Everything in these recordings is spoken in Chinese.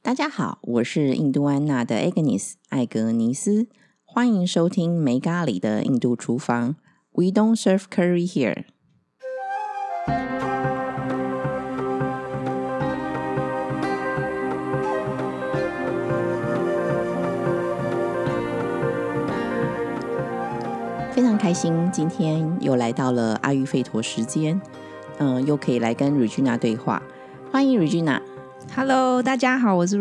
大家好，我是印度安娜的 Agnes 艾格尼斯，欢迎收听没咖喱的印度厨房。We don't serve curry here。非常开心，今天又来到了阿育吠陀时间，又可以来跟 Regina 对话。欢迎 Regina。Hello， 大家好，我是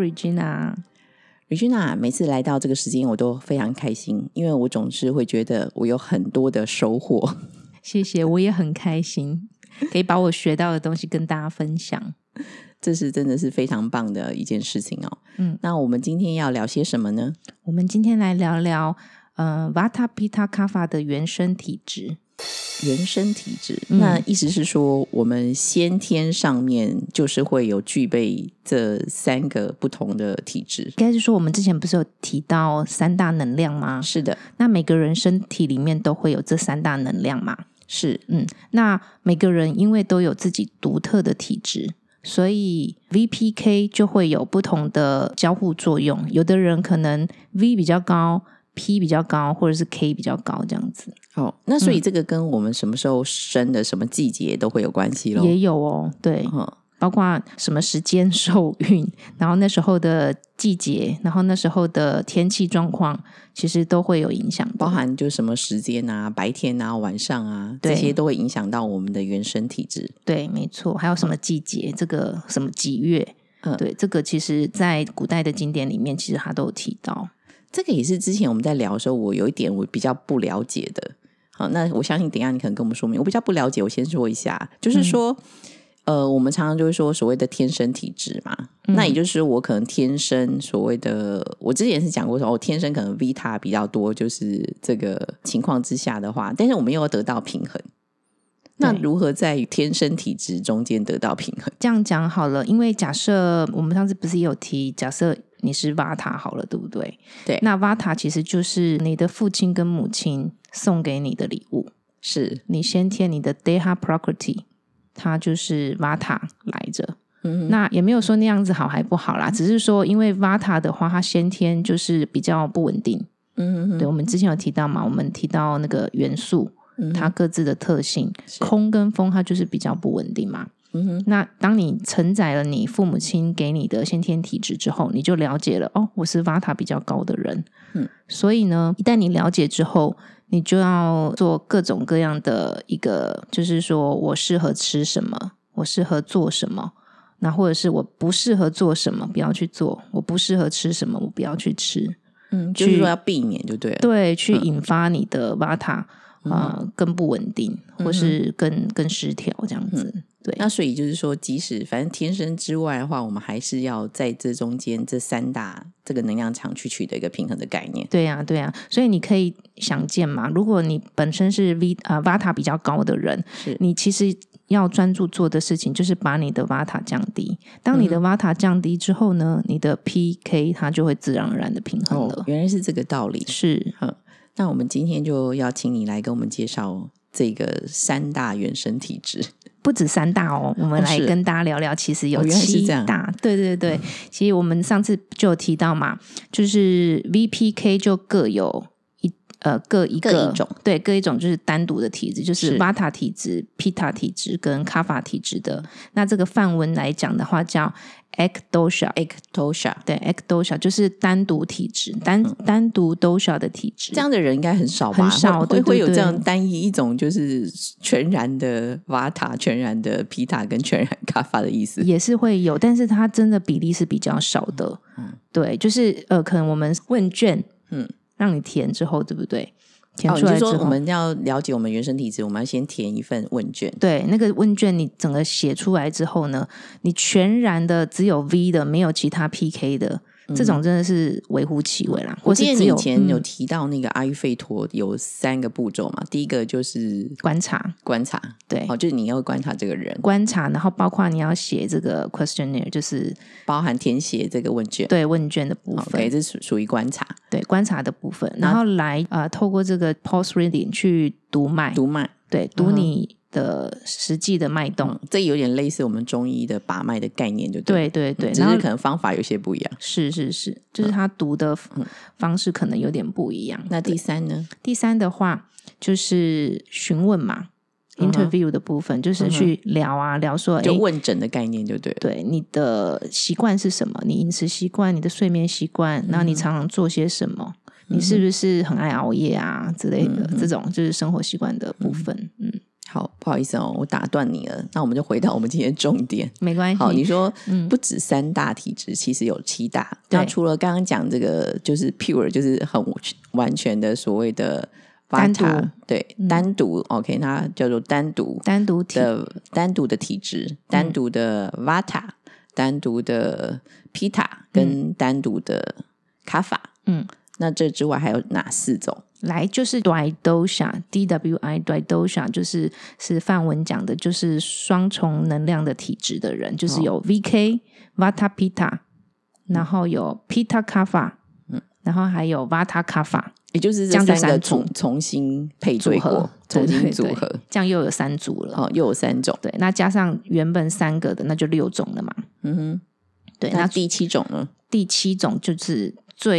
Regina。Regina 每次来到这个时间我都非常开心，因为我总是会觉得我有很多的收获。 谢谢，我也很开心，可以把我学到的东西跟大家分享。 这是真的是非常棒的一件事情哦。那我们今天要聊些什么呢？ 我们今天来聊聊Vata Pitta Kapha 的原生体质。 原生体质，那意思是说我们先天上面就是会有具备这三个不同的体质。 应该是说我们之前不是有提到三大能量吗？ 是的。 那每个人身体里面都会有这三大能量嘛？ 是。 那每个人因为都有自己独特的体质，所以 VPK 就会有不同的交互作用。有的人可能 V 比较高， P 比较高，或者是 K 比较高这样子。 那所以这个跟我们什么时候生的什么季节都会有关系咯？ 也有哦，对，包括什么时间受孕，然后那时候的季节，然后那时候的天气状况，其实都会有影响， 包含就什么时间啊，白天啊，晚上啊，这些都会影响到我们的原生体质。 对，没错。还有什么季节，这个什么几月，对，这个其实在古代的经典里面其实它都有提到。 这个也是之前我们在聊的时候，我有一点我比较不了解的。好，那我相信等一下你可能跟我们说明。我比较不了解，我先说一下，就是说，我们常常就会说所谓的天生体质嘛，那也就是我可能天生所谓的，我之前是讲过说，我天生可能 Vata 比较多，就是这个情况之下的话，但是我们又要得到平衡。那如何在天生体质中间得到平衡？ 这样讲好了，因为假设我们上次不是也有提，假设你是 Vata 好了，对不对？ 对。 那 Vata 其实就是你的父亲跟母亲送给你的礼物， 是你先天你的 Deha Prakriti， 它就是 Vata 来着。那也没有说那样子好还不好啦，只是说因为 Vata 的话，它先天就是比较不稳定。对，我们之前有提到嘛，我们提到那个元素。它各自的特性，空跟风它就是比较不稳定嘛。那当你承载了你父母亲给你的先天体质之后，你就了解了我是 Vata 比较高的人。所以呢，一旦你了解之后，你就要做各种各样的一个，就是说我适合吃什么，我适合做什么，那或者是我不适合做什么不要去做，我不适合吃什么我不要去吃。 就是说要避免就对了。 对，去引发你的 Vata更不稳定，或是更失调这样子。对， 那所以就是说，即使反正天生之外的话，我们还是要在这中间这三大这个能量场去取得一个平衡的概念。 对啊，对啊。所以你可以想见嘛，如果你本身是 Vata 比较高的人，你其实要专注做的事情就是把你的 Vata 降低。当你的 Vata 降低之后呢，你的 PK 它就会自然而然的平衡了。 原来是这个道理。 是。 那我们今天就要请你来跟我们介绍这个三大原生体质。 不止三大哦，我们来跟大家聊聊，其实有七大。对对对，其实我们上次就有提到嘛，就是 VPK 就各有各一种，对，各一种就是单独的体质，就是 Vata 体质、Pitta 体质跟 Kapha 体质的。那这个梵文来讲的话叫 Ekdosha， 对 Ekdosha 就是单独体质，单独 dosha 的体质。 这样的人应该很少吧？ 很少，对， 会有这样单一一种就是全然的 Vata、全然的 Pitta 跟全然 Kapha 的意思， 也是会有，但是它真的比例是比较少的。对，就是可能我们问卷，让你填之后，对不对？填出来之后， 你就说我们要了解我们原生体质，我们要先填一份问卷。 对，那个问卷你整个写出来之后呢，你全然的只有 V 的，没有其他 PK 的，这种真的是微乎其微啦。 我记得你以前有提到那个阿育吠陀有3个步骤嘛，第一个就是观察，对， 就是你要观察这个人， 观察，然后包括你要写这个 questionnaire， 就是包含填写这个问卷， 对，问卷的部分， 这属于观察， 对，观察的部分，然后来透过这个 pulse reading 去读脉，对，读你的实际的脉动。 这有点类似我们中医的把脉的概念，就对对对， 只是可能方法有些不一样。 是，就是他读的方式可能有点不一样。 那第三呢？ 第三的话就是询问嘛。interview 的部分就是去聊啊，聊说就问诊的概念就对了。 对，你的习惯是什么？你饮食习惯、你的睡眠习惯，然后你常常做些什么？你是不是很爱熬夜啊之类的？这种就是生活习惯的部分。 好，不好意思哦，我打断你了。那我们就回到我们今天的重点。 没关系。 好，你说不止3大体质，其实有7大。那除了刚刚讲这个，就是 pure， 就是很完全的所谓的。 单独对，单独 OK， 那叫做单独的体质，单独的 Vata， 单独的 Pitta， 跟单独的 Kapha。那这之外还有哪4种？ 来，就是 Dvaidosha DWI Dvaidosha， 就是梵文讲的，就是双重能量的体质的人，就是有 VK Vata Pitta， 然后有 Pitta Kapha，然后还有 Vata Kapha。 也就是这3个重新配对过，重新组合， 这样又有3组了。 又有3种。 对，那加上原本3个的，那就6种了嘛。对， 那第7种呢？ 第7种就是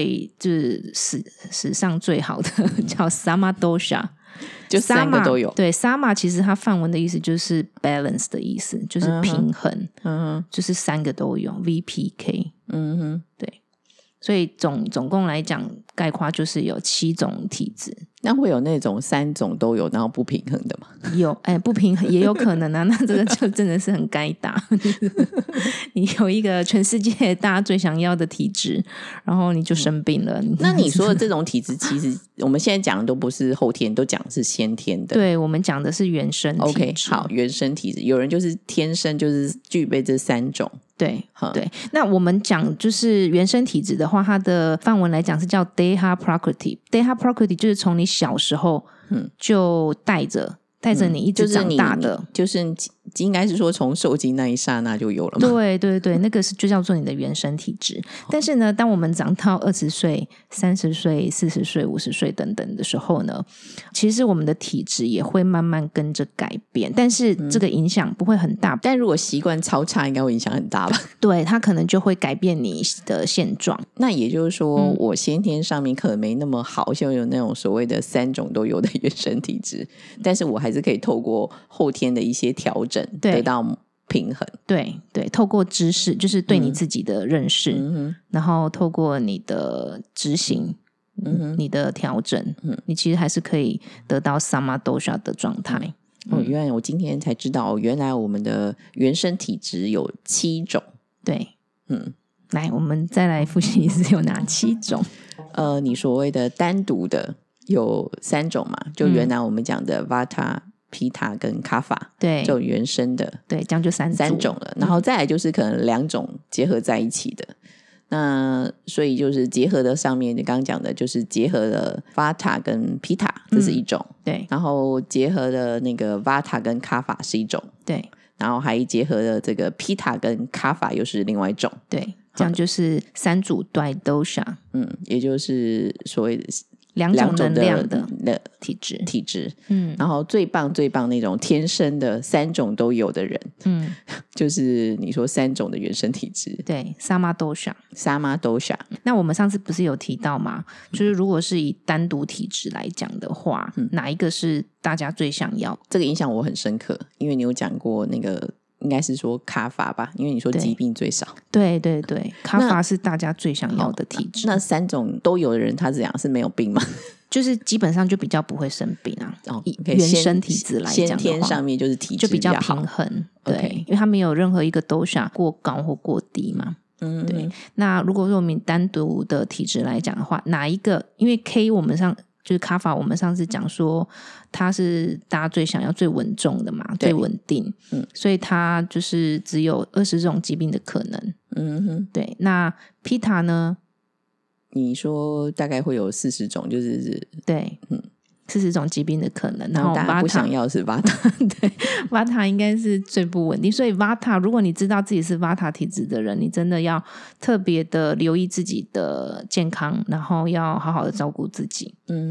史上最好的，叫 Samadosha， 就3个都有。 对 ，Sama 其实它梵文的意思就是 balance 的意思，就是平衡。就是3个都有 VPK。对。所以总共来讲，概括就是有7种体质。 那会有那种3种都有然后不平衡的吗？ 有，不平衡也有可能啊。那这个就真的是很该打。你有一个全世界大家最想要的体质，然后你就生病了。 那你说的这种体质，其实我们现在讲的都不是后天，都讲的是先天的。 对，我们讲的是原生体质。 OK， 好，原生体质，有人就是天生就是具备这3种。 对，那我们讲就是原生体质的话，它的范文来讲是叫 Deha Prakriti。Deha Prakriti 就是从你小时候就带着你一直长大的， 就是应该是说从受精那一刹那就有了嘛。 对对对，那个就叫做你的原生体质。但是呢，当我们长到20岁、30岁、40岁、50岁等等的时候呢，其实我们的体质也会慢慢跟着改变，但是这个影响不会很大。 但如果习惯超差，应该会影响很大吧？ 对，它可能就会改变你的现状。 那也就是说，我先天上面可能没那么好，像有那种所谓的3种都有的原生体质，但是我还是可以透过后天的一些调整得到平衡。 对对，透过知识，就是对你自己的认识，然后透过你的执行，你的调整，你其实还是可以得到 Samadosha 的状态。 原来我今天才知道，原来我们的原生体质有7种。 对，来，我们再来复习一次有哪7种？ 你所谓的单独的有3种嘛，就原来我们讲的 Vata、Pitta 跟 Kapha， 对，这种原生的， 对，这样就3 种了。然后再来就是可能2种结合在一起的。那所以就是结合的上面，你刚刚讲的就是结合了 Vata 跟 Pitta， 这是一种， 对。 然后结合的那个 Vata 跟 Kapha 是一种， 对。 然后还结合了这个 Pitta 跟 Kapha 又是另外一种， 对。这样就是3组 Dvaidosha， 也就是所谓的 2种能量的体质， 然后最棒那种天生的3种都有的人，就是你说3种的原生体质， 对 Samadosha。那我们上次不是有提到吗？就是如果是以单独体质来讲的话，哪一个是大家最想要？ 这个印象我很深刻，因为你有讲过那个。应该是说卡法吧，因为你说疾病最少。 对对对，卡法是大家最想要的体质。 那3种都有的人，他这样是没有病吗？ 就是基本上就比较不会生病啊。原生体质来讲的话，先天上面就是体质就比较平衡。对，因为它没有任何一个dosha过高或过低嘛。对。那如果说我们单独的体质来讲的话，哪一个？因为 K 我们就是卡法，我们上次讲说它是大家最想要、最稳重的嘛，最稳定，所以它就是只有20种疾病的可能。对。那 Pitta 呢？ 你说大概会有40种，就是对，40种疾病的可能。 然后大家不想要是 Vata， 对 ，Vata 应该是最不稳定。所以 Vata， 如果你知道自己是 Vata 体质的人，你真的要特别的留意自己的健康，然后要好好的照顾自己。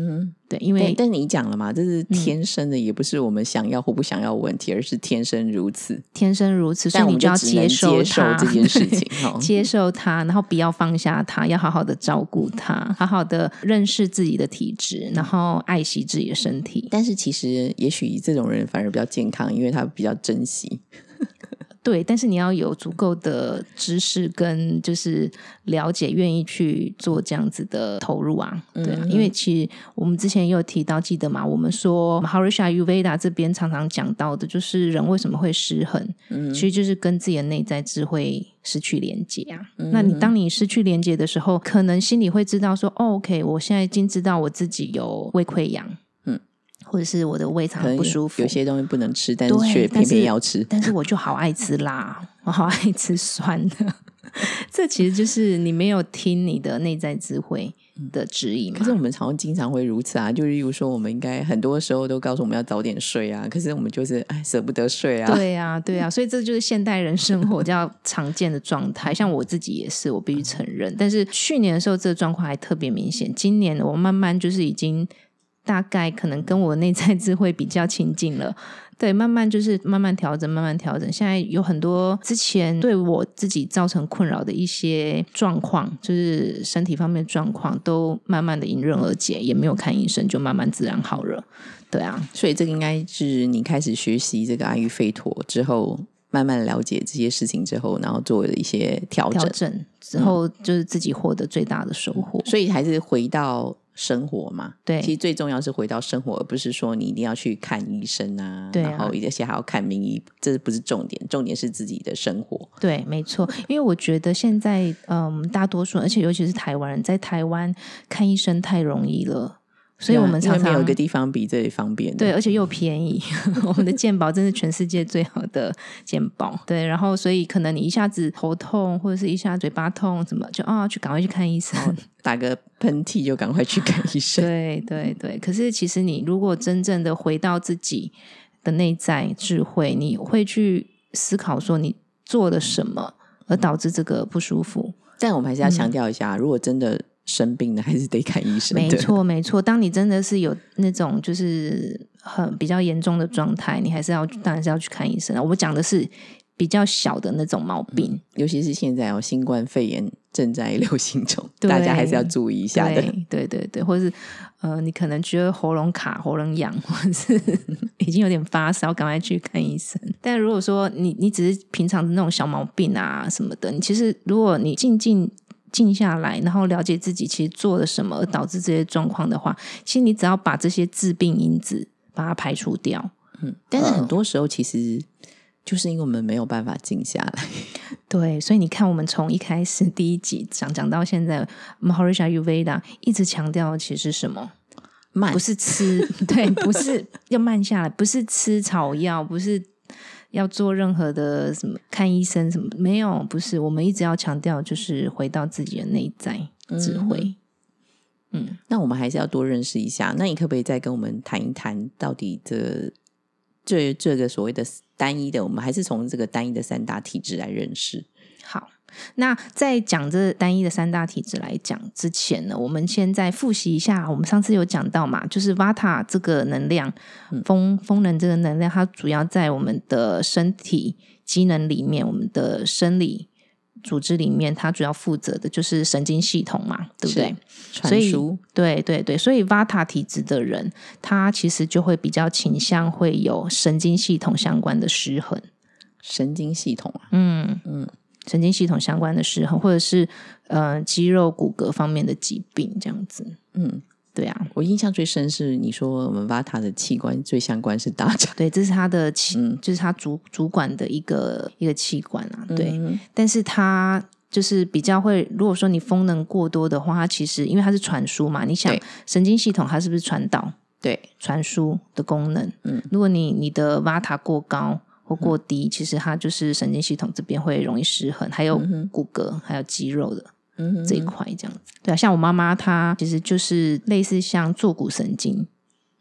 对，因为但你讲了嘛，这是天生的，也不是我们想要或不想要的问题，而是天生如此， 天生如此，所以你就要接受它这件事情接受它，然后不要放下它，要好好的照顾它，好好的认识自己的体质，然后爱惜自己的身体。 但是其实也许这种人反而比较健康，因为他比较珍惜。 对，但是你要有足够的知识跟就是了解，愿意去做这样子的投入啊。对啊，因为其实我们之前也有提到，记得吗？我们说 Maharishi Ayurveda 这边常常讲到的就是人为什么会失衡，其实就是跟自己的内在智慧失去连接啊。那当你失去连接的时候，可能心里会知道说OK， 我现在已经知道我自己有胃溃疡，或者是我的胃肠不舒服， 有些东西不能吃，但是却偏偏要吃。 但是我就好爱吃辣，我好爱吃酸的。这其实就是你没有听你的内在智慧的指引嘛。 可是我们经常会如此啊，就例如说我们应该很多时候都告诉我们要早点睡啊，可是我们就是舍不得睡啊。 对啊对啊，所以这就是现代人生活比较常见的状态。像我自己也是，我必须承认。但是去年的时候这个状况还特别明显，今年我慢慢就是已经大概可能跟我内在智慧比较亲近了。对，慢慢调整，慢慢调整。现在有很多之前对我自己造成困扰的一些状况，就是身体方面的状况，都慢慢的迎刃而解，也没有看医生，就慢慢自然好了。对啊， 所以这个应该是你开始学习这个阿育吠陀之后，慢慢了解这些事情之后，然后做了一些调整之后，就是自己获得最大的收获。 所以还是回到生活嘛， 对， 其实最重要是回到生活，而不是说你一定要去看医生啊， 对啊， 然后而且还要看名医，这不是重点，重点是自己的生活。 对，没错，因为我觉得现在大多数，而且尤其是台湾人，在台湾看医生太容易了。所以我们常常没有一个地方比这里方便， 对，而且又便宜。我们的健保真是全世界最好的健保，对。然后所以可能你一下子头痛，或者是一下嘴巴痛，怎么就去赶快去看医生， 打个喷嚏就赶快去看医生。 对对对。可是其实你如果真正的回到自己的内在智慧，你会去思考说你做了什么而导致这个不舒服。 但我们还是要强调一下，如果真的生病了还是得看医生。 没错没错，当你真的是有那种就是比较严重的状态，你还是当然是要去看医生。我讲的是比较小的那种毛病， 尤其是现在新冠肺炎正在流行中，大家还是要注意一下的。 对对对，或是你可能觉得喉咙卡、喉咙痒，或者是已经有点发烧，赶快去看医生。但如果说你只是平常的那种小毛病啊什么的，你其实如果你静下来，然后了解自己其实做了什么而导致这些状况的话，其实你只要把这些致病因子把它排除掉。 但是很多时候其实就是因为我们没有办法静下来。 对，所以你看我们从一开始第一集讲到现在 Maharishi Ayurveda 一直强调的其实是什么？慢，不是吃对，不是要慢下来，不是吃草药，不是要做任何的什么看医生什么，没有，不是，我们一直要强调就是回到自己的内在智慧。 那我们还是要多认识一下。那你可不可以再跟我们谈一谈，到底这个所谓的单一的，我们还是从这个单一的三大体质来认识。 好，那在讲这单一的三大体质来讲之前呢，我们先再复习一下，我们上次有讲到嘛，就是 Vata 这个能量，风能这个能量，它主要在我们的身体机能里面，我们的生理组织里面，它主要负责的就是神经系统嘛，对不对？ 传输， 对对对，所以 Vata 体质的人，他其实就会比较倾向会有神经系统相关的失衡。 神经系统啊， 神经系统相关的失衡，或者是肌肉骨骼方面的疾病，这样子。对啊， 我印象最深是你说我们 Vata 的器官最相关是大肠， 对，这是他的就是他主管的一个器官啊，对。但是他就是比较会，如果说你风能过多的话，它其实因为它是传输嘛，你想神经系统它是不是传导？对，传输的功能。如果你的 Vata 过高或过低，其实它就是神经系统这边会容易失衡，还有骨骼还有肌肉的这一块这样子。对啊，像我妈妈她其实就是类似像坐骨神经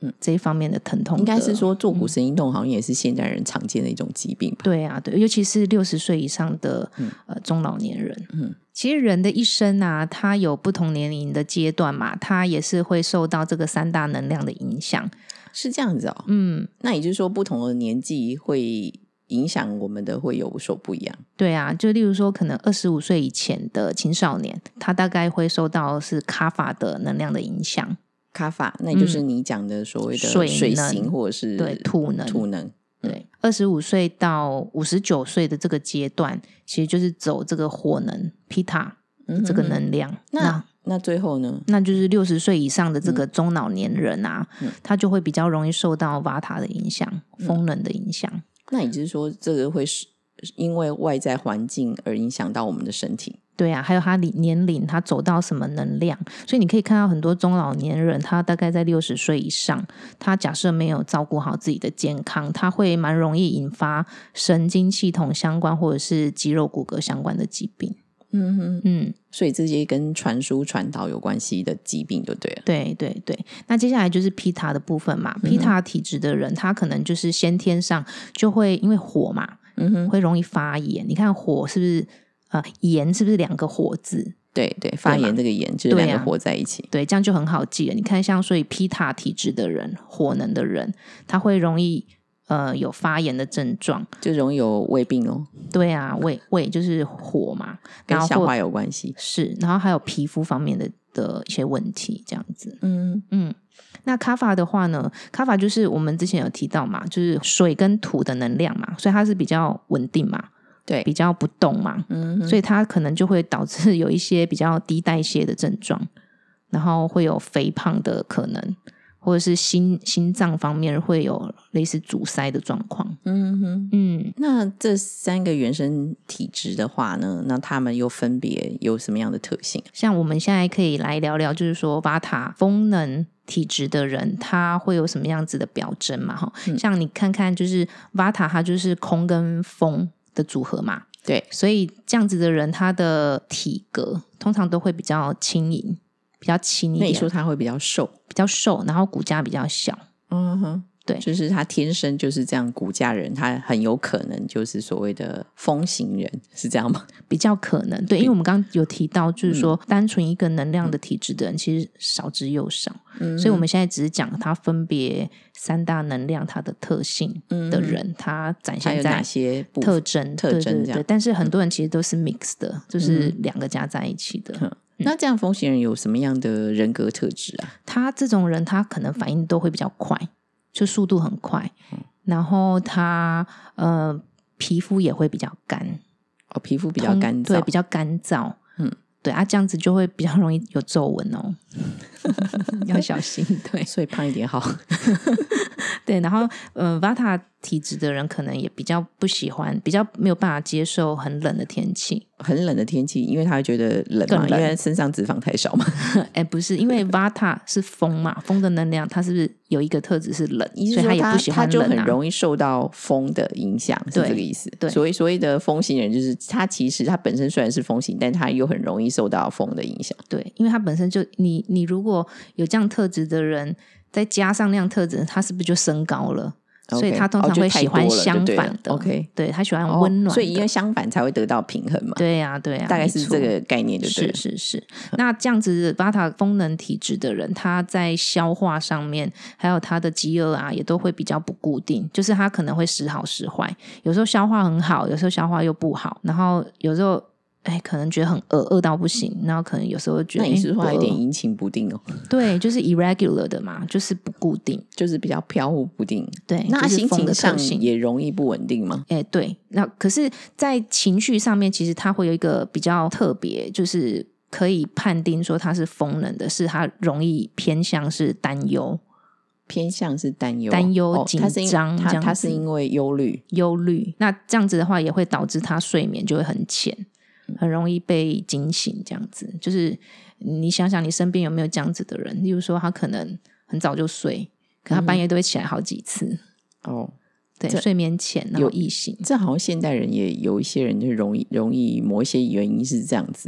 这一方面的疼痛的。 应该是说坐骨神经痛好像也是现代人常见的一种疾病吧？ 对啊，对，尤其是60岁以上的中老年人。其实人的一生啊，他有不同年龄的阶段嘛，他也是会受到这个3大能量的影响。 是这样子哦。那也就是说不同的年纪会影响我们的会有所不一样。 对啊，就例如说可能25岁以前的青少年，他大概会受到是卡法的能量的影响。 卡法那也就是你讲的所谓的水型或者是对土能。对，25岁到59岁的这个阶段其实就是走这个火能 Pitta 这个能量。 那最后呢？ 那就是60岁以上的这个中老年人啊，他就会比较容易受到 Vata 的影响，风能的影响。 那也就是说这个会是因为外在环境而影响到我们的身体。 对啊，还有他年龄他走到什么能量，所以你可以看到很多中老年人他大概在60岁以上，他假设没有照顾好自己的健康，他会蛮容易引发神经系统相关或者是肌肉骨骼相关的疾病。 所以这些跟传输传导有关系的疾病就对了。 对对对，那接下来就是 Pitta 的部分嘛。Pitta 体质的人他可能就是先天上就会因为火嘛，会容易发炎。你看火是不是炎是不是2个火字？ 对对，发炎这个炎就是2个火在一起。 对，这样就很好记了。你看像所以 Pitta 体质的人，火能的人，他会容易有发炎的症状， 就容易有胃病哦。 对啊，胃就是火嘛， 跟消化有关系。 是，然后还有皮肤方面的一些问题这样子。那卡法的话呢，卡法就是我们之前有提到嘛，就是水跟土的能量嘛，所以它是比较稳定嘛， 对， 比较不动嘛，所以它可能就会导致有一些比较低代谢的症状，然后会有肥胖的可能，或者是心脏方面会有类似阻塞的状况。 那这3个原生体质的话呢，那他们又分别有什么样的特性？ 像我们现在可以来聊聊，就是说Vata风能体质的人他会有什么样子的表征嘛？像你看看就是 Vata 它就是空跟风的组合嘛， 对， 所以这样子的人他的体格通常都会比较轻盈，比较轻一点。 那你说他会比较瘦， 然后骨架比较小。对， 就是他天生就是这样骨架人，他很有可能就是所谓的风型人，是这样吗？ 比较可能，对，因为我们刚刚有提到就是说单纯一个能量的体质的人其实少之又少，所以我们现在只是讲他分别3大能量它的特性的人，他展现在哪些特征对， 但是很多人其实都是 mix 的，就是2个加在一起的。 那这样风型人有什么样的人格特质啊？ 他这种人他可能反应都会比较快，就速度很快，然后他皮肤也会比较干。 皮肤比较干燥。 对，比较干燥。对啊，这样子就会比较容易有皱纹哦。要小心。对， 所以胖一点好。 对，然后Vata 体质的人可能也比较不喜欢，比较没有办法接受很冷的天气。 很冷的天气，因为他会觉得冷嘛，因为身上脂肪太少嘛。 不是，因为 Vata 是风嘛，风的能量，它是不是有一个特质是冷，所以他也不喜欢冷他就很容易受到风的影响，是这个意思。 对， 所谓的风型人，就是他其实他本身虽然是风型，但他又很容易受到风的影响。 对，因为他本身就你如果有这样特质的人，再加上那样特质，他是不是就升高了？所以他通常会喜欢相反的。对，他喜欢温暖的， 所以因为相反才会得到平衡嘛。 对啊，大概是这个概念，对不对？ 是。那这样子Vata风能体质的人，他在消化上面，还有他的饥饿啊，也都会比较不固定，就是他可能会时好时坏，有时候消化很好，有时候消化又不好，然后有时候可能觉得很饿到不行，然后可能有时候觉得那你是说有点阴晴不定哦？ 对，就是 irregular 的嘛，就是不固定， 就是比较飘忽不定。 对， 那他心情上性也容易不稳定吗？ 对。那可是在情绪上面，其实他会有一个比较特别，就是可以判定说他是风能的，是他容易偏向是担忧， 紧张，他是因为忧虑。 那这样子的话，也会导致他睡眠就会很浅，很容易被惊醒。这样子，就是你想想，你身边有没有这样子的人？例如说，他可能很早就睡，可他半夜都会起来好几次。对，睡眠浅然后易醒。 这好像现代人也有一些人就容易某一些原因是这样子。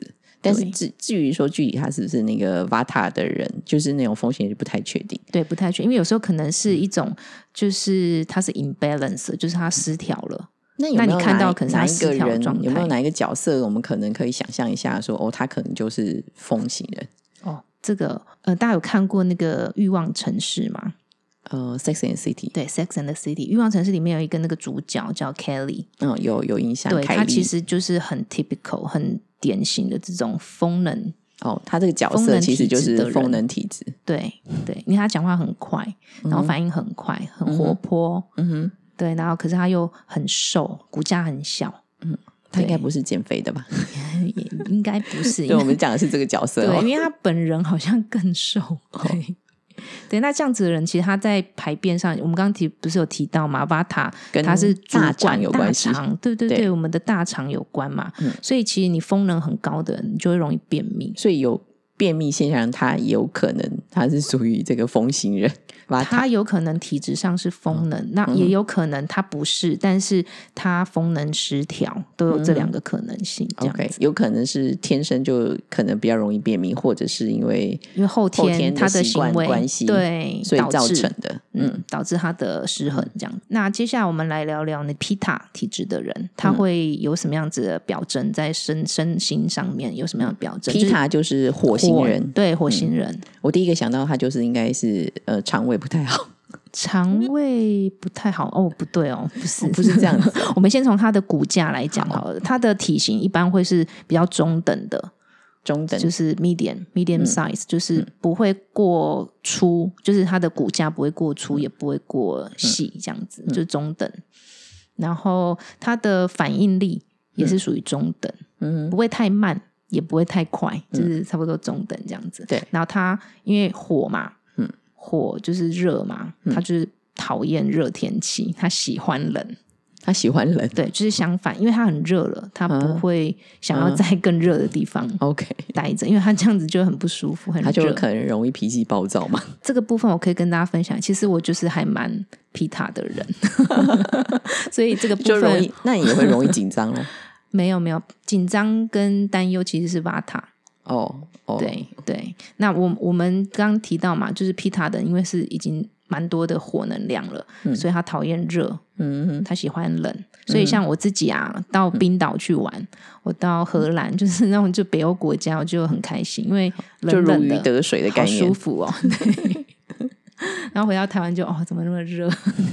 但是至于说具体他是不是那个 Vata 的人，就是那种风险就不太确定。 对，不太确定，因为有时候可能是一种就是他是 imbalance， 就是他失调了。 那有没有你看到可能是他哪一个人， 失调的状态？ 有没有哪一个角色我们可能可以想象一下说他可能就是风型人？ 这个大家有看过那个欲望城市吗 ？Sex and the City。 对， Sex and the City 欲望城市里面有一个那个主角叫 Kelly。 有印象。 对，他其实就是很 typical 很典型的这种风能。 他这个角色其实就是风能体质。 对对，因为他讲话很快，然后反应很快，很活泼。对，然后可是他又很瘦，骨架很小。 他应该不是减肥的吧？ 应该不是。 对，我们讲的是这个角色。 对，因为他本人好像更瘦。对，那这样子的人，其实他在排便上，我们刚刚不是有提到嘛，Vata 跟他是大肠有关系。 对对 对，我们的大肠有关嘛。所以其实你风能很高的人，你就会容易便秘。 所以有便秘现象，他有可能他是属于这个风型人。 他有可能体质上是风能，那也有可能他不是，但是他风能失调，都有这两个可能性。这样子 OK， 有可能是天生就可能比较容易便秘，或者是因为后天他的行为关系， 对， 所以造成的。 导致他的失衡这样。那接下来我们来聊聊那 Pitta 体质的人，他会有什么样子的表征，在身心上面有什么样的表征 ？Pitta 就是火星人。 对，火星人。 我第一个想到他就是应该是肠胃不太好。 肠胃不太好不对不是这样子。 我们先从他的骨架来讲好了。他的体型一般会是比较中等的，就是 medium size，就是不会过粗，就是他的骨架不会过粗，也不会过细，这样子就是中等。然后他的反应力也是属于中等，不会太慢，也不会太快，就是差不多中等这样子。 对， 然后他因为火嘛，火就是热嘛，他就是讨厌热天气，他喜欢冷。 他喜欢冷。 对，就是相反，因为他很热了，他不会想要在更热的地方待着，因为他这样子就很不舒服，很热， 他就可能容易脾气暴躁嘛。 这个部分我可以跟大家分享，其实我就是还蛮Pitta的人。所以这个部分就容易，那你也会容易紧张咯。 没有紧张跟担忧其实是Vata。对对，那我们刚刚提到嘛，就是 Pitta 的因为是已经蛮多的火能量了，所以他讨厌热，他喜欢冷。所以像我自己啊，到冰岛去玩，我到荷兰，就是那种就北欧国家，我就很开心，因为冷冷的， 就如鱼得水的概念， 好舒服哦。对。然后回到台湾就怎么那么热？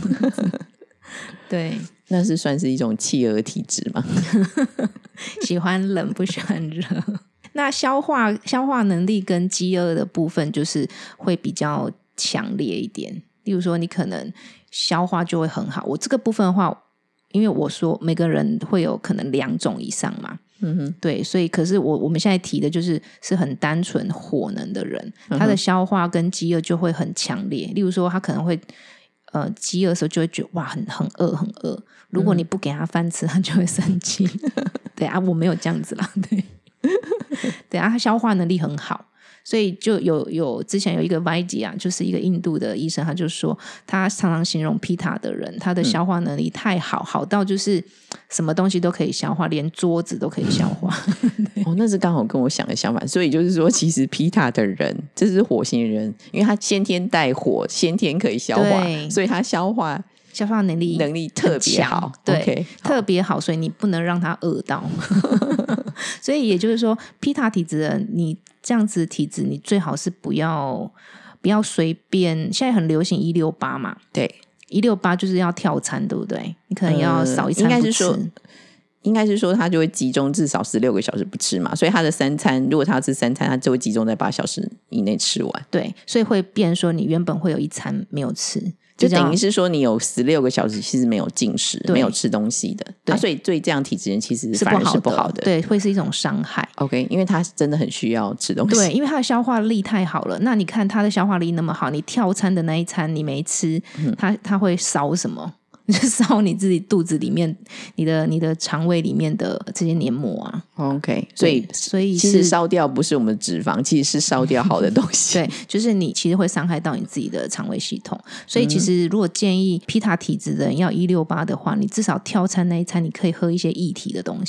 对， 那是算是一种企鹅体质吗？ 喜欢冷不喜欢热。那消化能力跟饥饿的部分就是会比较强烈一点。例如说你可能消化就会很好，我这个部分的话，因为我说每个人会有可能2种以上嘛，对，所以可是我们现在提的就是很单纯火能的人，他的消化跟饥饿就会很强烈。例如说他可能会饥饿的时候就会觉得哇很饿，如果你不给他饭吃，他就会生气。对啊，我没有这样子啦。对啊，他消化能力很好，所以就有之前有一个 YG 啊，就是一个印度的医生，他就说他常常形容 Pitta 的人，他的消化能力太好到就是什么东西都可以消化，连桌子都可以消化。 那是刚好跟我想的相反。所以就是说其实 Pitta 的人，这是火星人，因为他先天带火，先天可以消化，所以他消化能力特别好。 对 ，okay， 特别好，所以你不能让他饿到。所以也就是说 Pitta 体质的你这样子的体质，你最好是不要随便。现在很流行168嘛， 对 ，168就是要跳餐，对不对？你可能要少一餐不吃， 应该是说他就会集中至少16个小时不吃嘛，所以他的3餐，如果他要吃3餐，他就会集中在8小时以内吃完。 对，所以会变说你原本会有1餐没有吃， 就等于是说你有16个小时其实没有进食，没有吃东西的。所以对这样体质人其实反而是不好的， 对，会是一种伤害。 OK， 因为他真的很需要吃东西。 对，因为他的消化力太好了。那你看他的消化力那么好，你跳餐的那一餐你没吃，他会烧什么？就烧你自己肚子里面，你的肠胃里面的这些黏膜啊。 OK， 所以其实烧掉不是我们的脂肪，其实是烧掉好的东西。 对，就是你其实会伤害到你自己的肠胃系统。所以其实如果建议Pitta体质的人要168的话，你至少跳餐那一餐你可以喝一些液体的东西。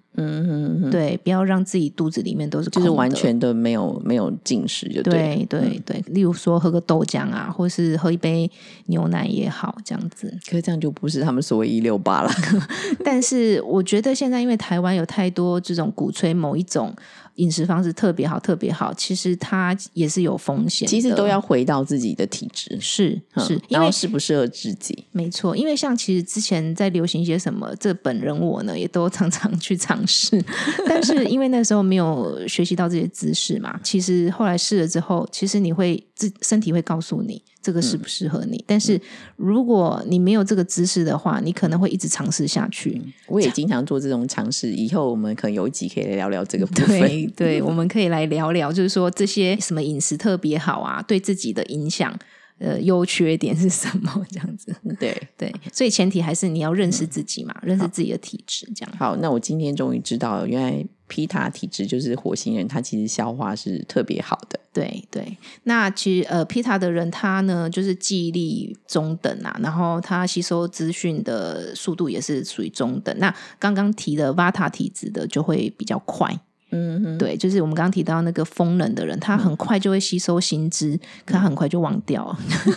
对，不要让自己肚子里面都是空的， 就是完全的没有进食就对了。 对，例如说喝个豆浆啊，或是喝一杯牛奶也好，这样子。 可是这样就不是他们所谓168了。 但是我觉得现在因为台湾有太多这种鼓吹某一种饮食方式特别好特别好，其实它也是有风险的， 其实都要回到自己的体质， 是然后适不适合自己。 没错，因为像其实之前在流行一些什么，这本人我呢也都常常去尝试，但是因为那时候没有学习到这些知识嘛，其实后来试了之后，其实你会身体会告诉你这个适不适合你，但是如果你没有这个知识的话，你可能会一直尝试下去。 我也经常做这种尝试，以后我们可能有一集可以来聊聊这个部分。 对，我们可以来聊聊，就是说这些什么饮食特别好啊，对自己的影响。优缺点是什么？这样子，对，所以前提还是你要认识自己嘛，认识自己的体质，这样。 好，那我今天终于知道了，原来皮塔体质就是火星人，他其实消化是特别好的。 对，那其实皮塔的人他呢，就是记忆力中等啊，然后他吸收资讯的速度也是属于中等。那刚刚提的瓦塔体质的就会比较快。对，就是我们刚刚提到那个风能的人，他很快就会吸收新知，可他很快就忘掉了。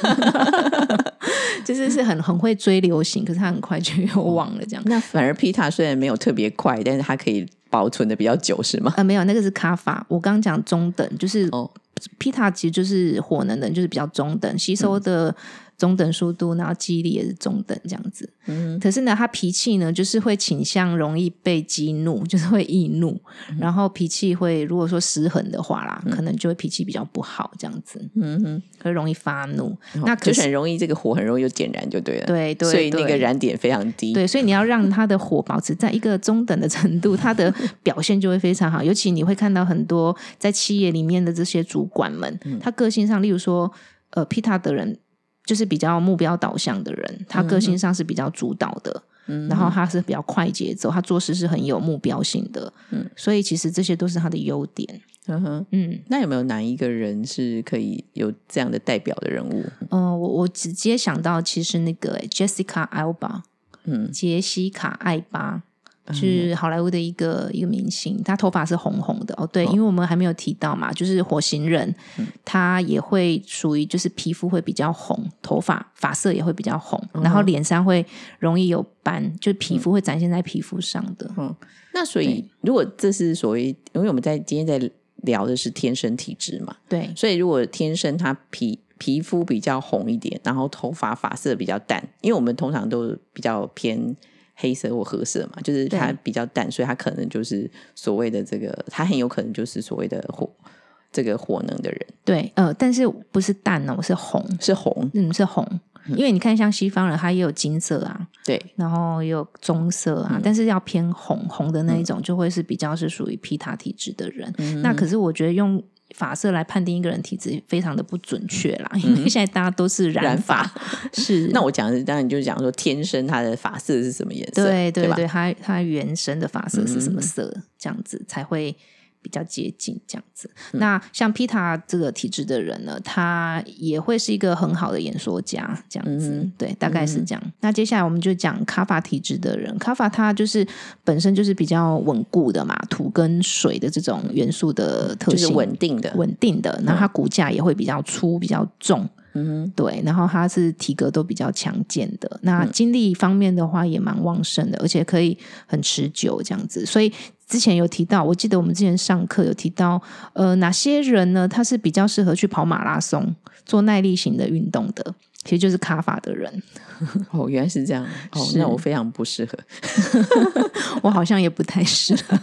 就是很会追流行，可是他很快就又忘了这样。 那反而皮塔虽然没有特别快，但是他可以保存的比较久是吗？ 没有，那个是卡法。我刚刚讲中等，就是皮塔其实就是火能的人，就是比较中等，吸收的中等速度，然后记忆力也是中等这样子。可是呢他脾气呢就是会倾向容易被激怒，就是会易怒，然后脾气会如果说失衡的话啦，可能就会脾气比较不好这样子。会容易发怒，那可就是很容易这个火很容易就点燃就对了。 对， 所以那个燃点非常低。 对，所以你要让他的火保持在一个中等的程度，他的表现就会非常好。尤其你会看到很多在企业里面的这些主管们，他个性上例如说皮塔的人就是比较目标导向的人，他个性上是比较主导的，然后他是比较快节奏，他做事是很有目标性的，所以其实这些都是他的优点。 那有没有哪一个人是可以有这样的代表的人物？ 我直接想到其实那个Jessica Alba，杰西卡艾巴。是好莱坞的一个明星，他头发是红红的对，因为我们还没有提到嘛，就是火星人，他也会属于就是皮肤会比较红，发色也会比较红，然后脸上会容易有斑，就是皮肤会展现在皮肤上的。 那所以如果这是所谓，因为我们今天在聊的是天生体质嘛， 对， 所以如果天生他皮肤比较红一点，然后头发色比较淡，因为我们通常都比较偏黑色或褐色嘛，就是它比较淡，所以它可能就是所谓的这个，它很有可能就是所谓的火能的人。对， 但是不是淡是红， 是红， 是红。因为你看像西方人他也有金色啊， 对， 然后也有棕色啊，但是要偏红的那一种就会是比较是属于皮塔体质的人。那可是我觉得用发色来判定一个人体质非常的不准确啦，因为现在大家都是染发。是， 那我讲的当然就是讲说天生他的发色是什么颜色， 对， 他原生的发色是什么色，这样子才会比较接近这样子。那像皮塔这个体质的人呢，他也会是一个很好的演说家这样子。对，大概是这样。那接下来我们就讲卡法体质的人，卡法他就是本身就是比较稳固的嘛，土跟水的这种元素的特性， 就是稳定的， 然后他骨架也会比较粗比较重。对，然后他是体格都比较强健的，那精力方面的话也蛮旺盛的，而且可以很持久这样子。所以之前有提到，我记得我们之前上课有提到哪些人呢他是比较适合去跑马拉松做耐力型的运动的，其实就是卡法的人。 原来是这样。那我非常不适合。 我好像也不太适合。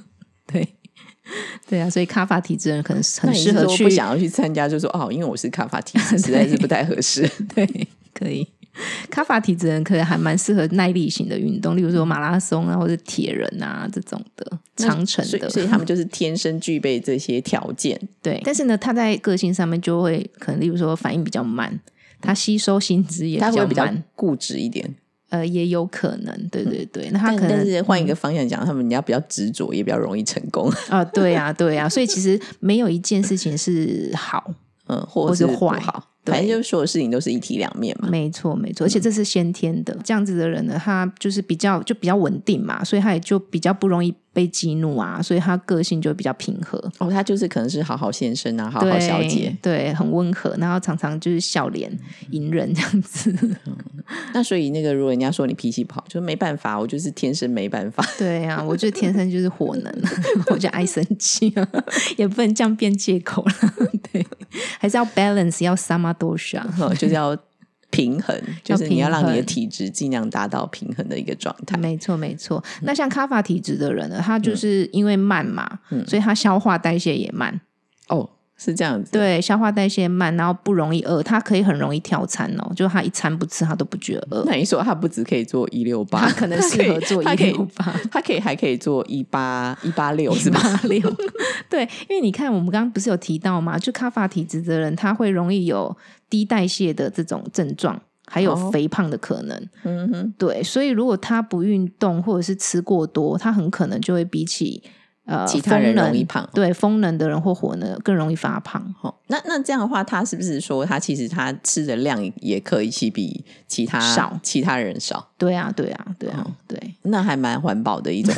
对啊，所以卡法体质人可能很适合去， 不想要去参加，就说因为我是卡法体质，实在是不太合适。 对，可以。卡法体质人可能还蛮适合耐力型的运动，例如说马拉松啊，或者铁人啊这种的长程的， 所以他们就是天生具备这些条件。 对，但是呢，他在个性上面就会可能，例如说反应比较慢，他吸收新知也比较慢， 他会比较固执一点。 也有可能，对。那他可能但是换一个方向讲，他们人家比较执着，也比较容易成功。 对啊，所以其实没有一件事情是好。 或者是不坏好，反正就是所有事情都是一体两面嘛。 没错没错，而且这是先天的，这样子的人呢，他就是比较稳定嘛，所以他也就比较不容易被激怒啊，所以他个性就比较平和。 他就是可能是好好先生啊，好好小姐， 对，很温和，然后常常就是笑脸迎人这样子。 那所以那个如果人家说你脾气不好，就没办法，我就是天生没办法。 对啊，我就天生就是火能，我就爱生气啊，也不能这样变借口了。对，还是要 balance， 要 samadosha， 就是要平衡，就是你要让你的体质尽量达到平衡的一个状态。 没错没错。那像卡法体质的人呢，他就是因为慢嘛，所以他消化代谢也慢。 是这样子。 对，消化代谢慢，然后不容易饿，他可以很容易跳餐哦，就他一餐不吃他都不觉得饿。 那你说他不只可以做168， 他可能适合做168， 他还可以做186是吧 ？186对，因为你看我们刚刚不是有提到吗，就卡法体质的人他会容易有低代谢的这种症状，还有肥胖的可能。对，所以如果他不运动或者是吃过多，他很可能就会比起其他人容易胖。 对，风能的人或火能更容易发胖。 那这样的话，他是不是说他其实他吃的量也可以比其他人少？ 对啊对， 那还蛮环保的一种。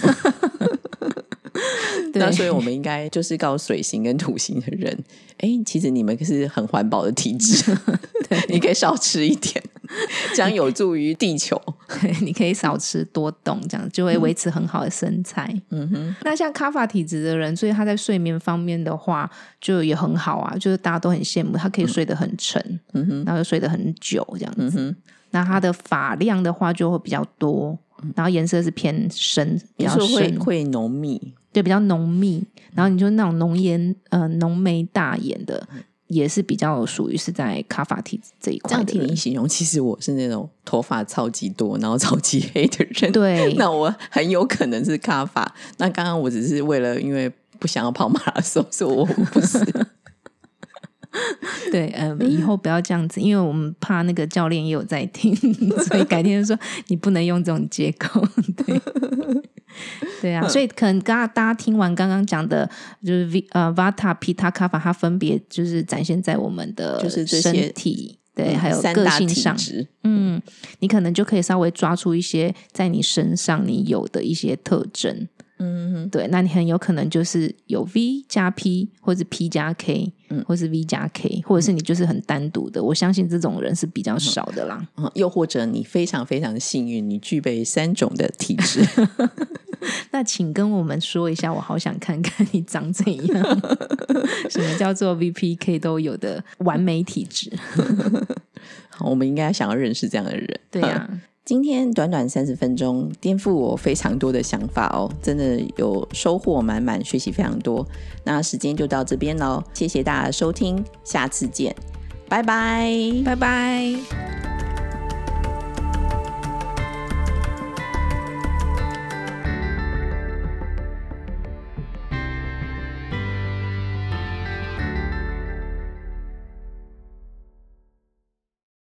那所以我们应该就是告诉水星跟土星的人，其实你们是很环保的体质。对，你可以少吃一点，这样有助于地球。 对，你可以少吃多动，这样就会维持很好的身材。那像卡法体质的人，所以他在睡眠方面的话就也很好啊，就是大家都很羡慕他可以睡得很沉，然后又睡得很久这样子。那他的发量的话就会比较多，然后颜色是偏深，比较深， 会浓密。 对，比较浓密，然后你就那种浓眉大眼的，也是比较属于是在卡法体质这一块的人。 这样听你形容，其实我是那种头发超级多然后超级黑的人。 对， 那我很有可能是卡法。那刚刚我只是为了因为不想要跑马拉松，所以我不是。 对，以后不要这样子，因为我们怕那个教练也有在听，所以改天就说你不能用这种借口。对啊，所以可能大家听完刚刚讲的，就是 Vata Pitta Kapha， 它分别就是展现在我们的身体，对，还有个性上。你可能就可以稍微抓出一些在你身上你有的一些特征。对，那你很有可能就是有 V 加 P 或者 P 加 K，或是 V 加 K，或者是你就是很单独的。我相信这种人是比较少的啦。 又或者你非常非常幸运，你具备3种的体质。 那请跟我们说一下，我好想看看你长怎样。什么叫做 VPK 都有的完美体质？ 我们应该想要认识这样的人。 对啊。 今天短短30分钟颠覆我非常多的想法哦，真的有收获满满，学习非常多。那时间就到这边咯，谢谢大家的收听，下次见，拜拜， 拜拜。